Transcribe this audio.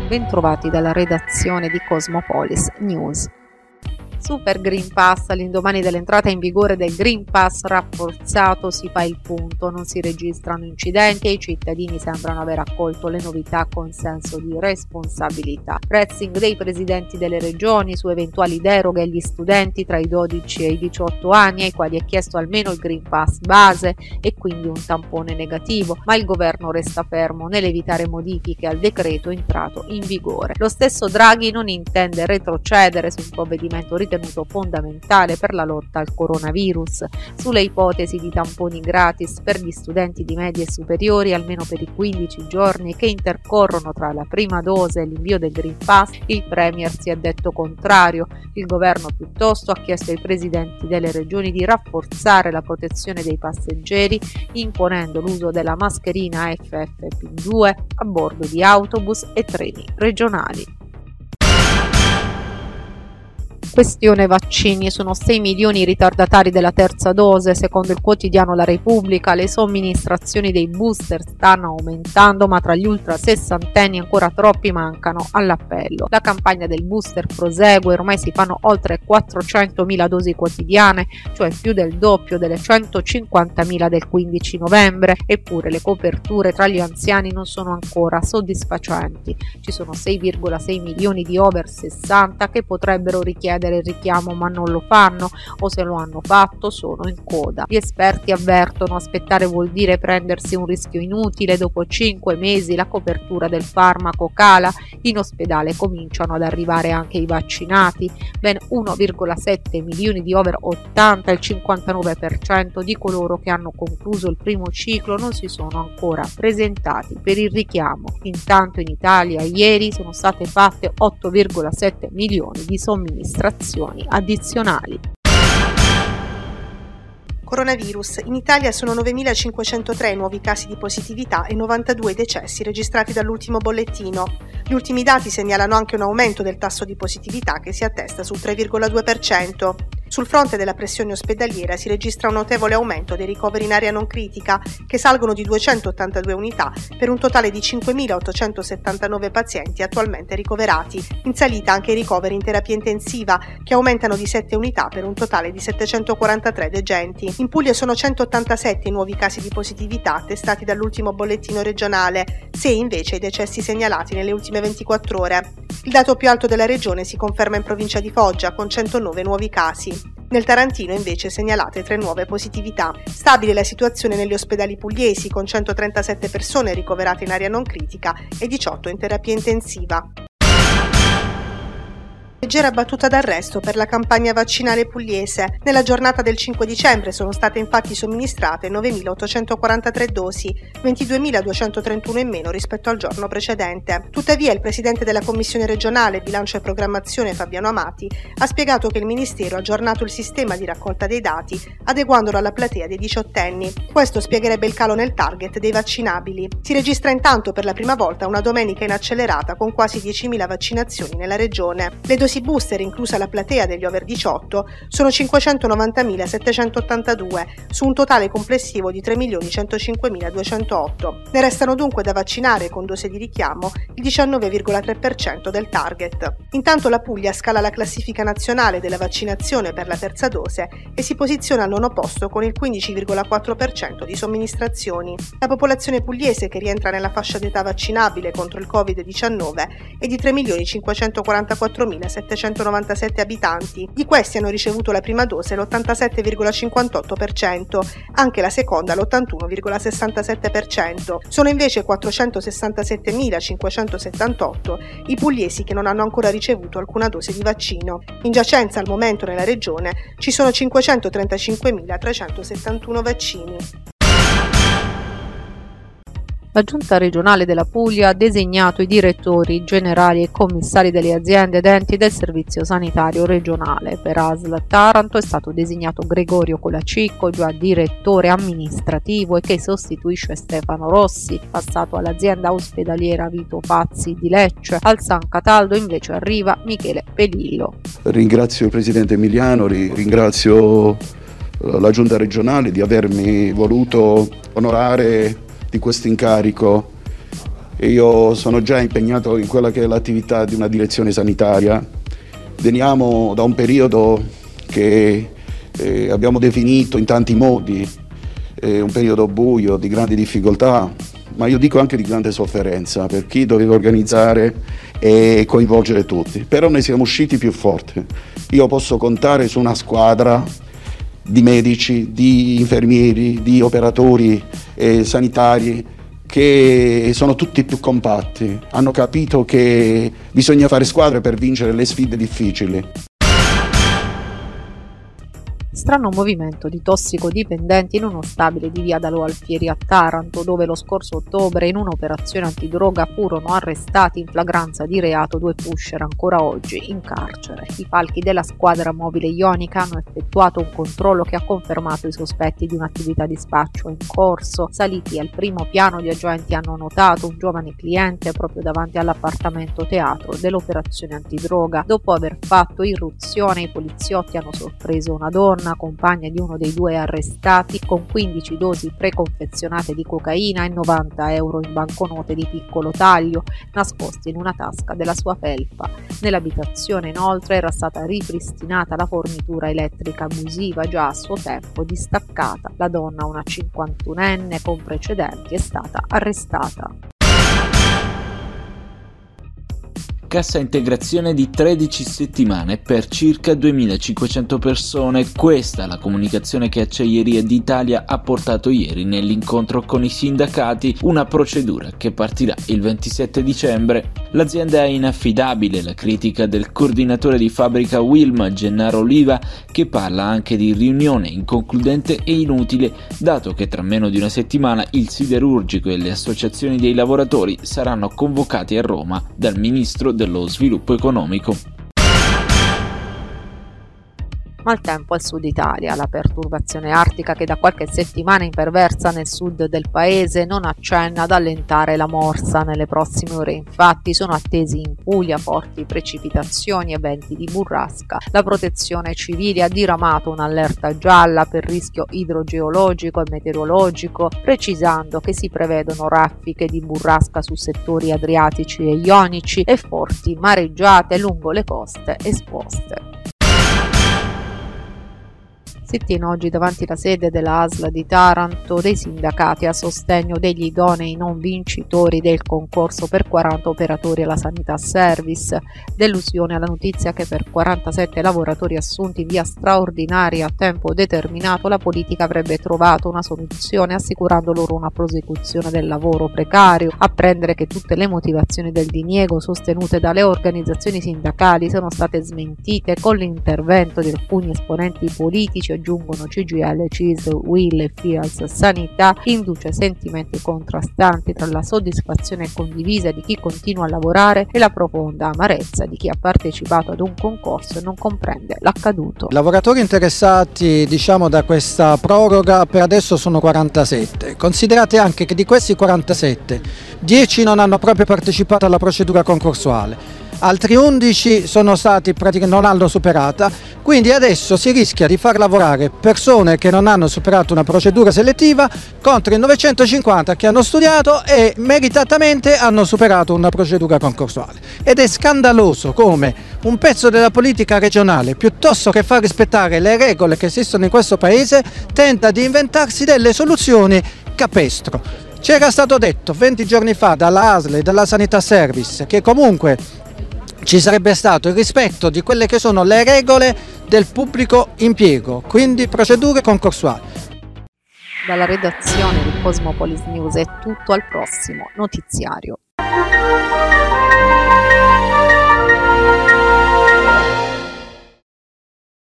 bentrovati dalla redazione di Cosmopolis News. Super Green Pass, all'indomani dell'entrata in vigore del Green Pass rafforzato si fa il punto, non si registrano incidenti e i cittadini sembrano aver accolto le novità con senso di responsabilità. Pressing dei presidenti delle regioni su eventuali deroghe agli studenti tra i 12 e i 18 anni ai quali è chiesto almeno il Green Pass base e quindi un tampone negativo, ma il governo resta fermo nell'evitare modifiche al decreto entrato in vigore. Lo stesso Draghi non intende retrocedere su un provvedimento ritenuto fondamentale per la lotta al coronavirus, sulle ipotesi di tamponi gratis per gli studenti di medie e superiori almeno per i 15 giorni che intercorrono tra la prima dose e l'invio del Green Pass. Il Premier si è detto contrario. Il governo piuttosto ha chiesto ai presidenti delle regioni di rafforzare la protezione dei passeggeri imponendo l'uso della mascherina FFP2 a bordo di autobus e treni regionali. Questione vaccini: sono 6 milioni i ritardatari della terza dose. Secondo il quotidiano La Repubblica, le somministrazioni dei booster stanno aumentando, ma tra gli ultra sessantenni ancora troppi mancano all'appello. La campagna del booster prosegue, ormai si fanno oltre 400.000 dosi quotidiane, cioè più del doppio delle 150.000 del 15 novembre, eppure le coperture tra gli anziani non sono ancora soddisfacenti. Ci sono 6,6 milioni di over 60 che potrebbero richiedere il richiamo ma non lo fanno, o se lo hanno fatto sono in coda. Gli esperti avvertono: aspettare vuol dire prendersi un rischio inutile. Dopo 5 mesi la copertura del farmaco cala, in ospedale cominciano ad arrivare anche i vaccinati, ben 1,7 milioni di over 80, il 59% di coloro che hanno concluso il primo ciclo non si sono ancora presentati per il richiamo. Intanto in Italia ieri sono state fatte 8,7 milioni di somministrazioni addizionali. Coronavirus. In Italia sono 9.503 nuovi casi di positività e 92 decessi registrati dall'ultimo bollettino. Gli ultimi dati segnalano anche un aumento del tasso di positività che si attesta sul 3,2%. Sul fronte della pressione ospedaliera si registra un notevole aumento dei ricoveri in area non critica, che salgono di 282 unità per un totale di 5.879 pazienti attualmente ricoverati. In salita anche i ricoveri in terapia intensiva, che aumentano di 7 unità per un totale di 743 degenti. In Puglia sono 187 i nuovi casi di positività attestati dall'ultimo bollettino regionale, 6 invece i decessi segnalati nelle ultime 24 ore. Il dato più alto della regione si conferma in provincia di Foggia, con 109 nuovi casi. Nel Tarantino invece segnalate 3 nuove positività. Stabile la situazione negli ospedali pugliesi, con 137 persone ricoverate in area non critica e 18 in terapia intensiva. Leggera battuta d'arresto per la campagna vaccinale pugliese. Nella giornata del 5 dicembre sono state infatti somministrate 9.843 dosi, 22.231 in meno rispetto al giorno precedente. Tuttavia il presidente della Commissione regionale Bilancio e Programmazione Fabiano Amati ha spiegato che il Ministero ha aggiornato il sistema di raccolta dei dati adeguandolo alla platea dei diciottenni. Questo spiegherebbe il calo nel target dei vaccinabili. Si registra intanto per la prima volta una domenica in accelerata con quasi 10.000 vaccinazioni nella regione. Le dosi booster, inclusa la platea degli over 18, sono 590.782 su un totale complessivo di 3.105.208. Ne restano dunque da vaccinare con dose di richiamo il 19,3% del target. Intanto la Puglia scala la classifica nazionale della vaccinazione per la terza dose e si posiziona al nono posto con il 15,4% di somministrazioni. La popolazione pugliese, che rientra nella fascia d'età vaccinabile contro il Covid-19, è di 3.544.797 abitanti. Di questi hanno ricevuto la prima dose l'87,58%, anche la seconda l'81,67%. Sono invece 467.578 i pugliesi che non hanno ancora ricevuto alcuna dose di vaccino. In giacenza al momento nella regione ci sono 535.371 vaccini. La Giunta regionale della Puglia ha designato i direttori generali e commissari delle aziende ed enti del servizio sanitario regionale. Per ASL Taranto è stato designato Gregorio Colacicco, già direttore amministrativo e che sostituisce Stefano Rossi, passato all'azienda ospedaliera Vito Pazzi di Lecce. Al San Cataldo invece arriva Michele Pelillo. Ringrazio il presidente Emiliano, ringrazio la Giunta regionale di avermi voluto onorare di questo incarico Io sono già impegnato in quella che è l'attività di una direzione sanitaria. Veniamo da un periodo che abbiamo definito in tanti modi, un periodo buio, di grandi difficoltà, ma io dico anche di grande sofferenza per chi doveva organizzare e coinvolgere tutti. Però ne siamo usciti più forti. Io posso contare su una squadra di medici, di infermieri, di operatori sanitari che sono tutti più compatti, hanno capito che bisogna fare squadre per vincere le sfide difficili. Strano movimento di tossicodipendenti in uno stabile di via Dalò Alfieri a Taranto, dove lo scorso ottobre in un'operazione antidroga furono arrestati in flagranza di reato 2 pusher ancora oggi in carcere. I falchi della squadra mobile ionica hanno effettuato un controllo che ha confermato i sospetti di un'attività di spaccio in corso. Saliti al primo piano, gli agenti hanno notato un giovane cliente proprio davanti all'appartamento teatro dell'operazione antidroga. Dopo aver fatto irruzione, i poliziotti hanno sorpreso una donna, compagna di uno dei 2 arrestati, con 15 dosi preconfezionate di cocaina e 90 euro in banconote di piccolo taglio nascosti in una tasca della sua felpa. Nell'abitazione inoltre era stata ripristinata la fornitura elettrica abusiva già a suo tempo distaccata. La donna, una 51enne con precedenti, è stata arrestata. Cassa integrazione di 13 settimane per circa 2.500 persone. Questa è la comunicazione che Acciaierie d'Italia ha portato ieri nell'incontro con i sindacati, una procedura che partirà il 27 dicembre. L'azienda è inaffidabile, la critica del coordinatore di fabbrica Wilma, Gennaro Oliva, che parla anche di riunione inconcludente e inutile, dato che tra meno di una settimana il siderurgico e le associazioni dei lavoratori saranno convocati a Roma dal ministro dello sviluppo economico. Maltempo al sud Italia. La perturbazione artica che da qualche settimana imperversa nel sud del paese non accenna ad allentare la morsa. Nelle prossime ore infatti sono attesi in Puglia forti precipitazioni e venti di burrasca. La protezione civile ha diramato un'allerta gialla per rischio idrogeologico e meteorologico, precisando che si prevedono raffiche di burrasca su settori adriatici e ionici e forti mareggiate lungo le coste esposte. Sit-in oggi davanti alla sede della ASL di Taranto dei sindacati a sostegno degli idonei non vincitori del concorso per 40 operatori alla sanità service. Delusione alla notizia che per 47 lavoratori assunti in via straordinaria a tempo determinato la politica avrebbe trovato una soluzione assicurando loro una prosecuzione del lavoro precario. Apprendere che tutte le motivazioni del diniego sostenute dalle organizzazioni sindacali sono state smentite con l'intervento di alcuni esponenti politici, aggiungono CGIL, CISL, UIL e FIALS Sanità, induce sentimenti contrastanti tra la soddisfazione condivisa di chi continua a lavorare e la profonda amarezza di chi ha partecipato ad un concorso e non comprende l'accaduto. Lavoratori interessati da questa proroga per adesso sono 47. Considerate anche che di questi 47 10 non hanno proprio partecipato alla procedura concorsuale. Altri 11 sono stati non hanno superata, quindi adesso si rischia di far lavorare persone che non hanno superato una procedura selettiva contro i 950 che hanno studiato e meritatamente hanno superato una procedura concorsuale. Ed è scandaloso come un pezzo della politica regionale, piuttosto che far rispettare le regole che esistono in questo paese, tenta di inventarsi delle soluzioni capestro. C'era stato detto 20 giorni fa dalla ASL e dalla Sanità Service che comunque ci sarebbe stato il rispetto di quelle che sono le regole del pubblico impiego, quindi procedure concorsuali. Dalla redazione di Cosmopolis News è tutto, al prossimo notiziario.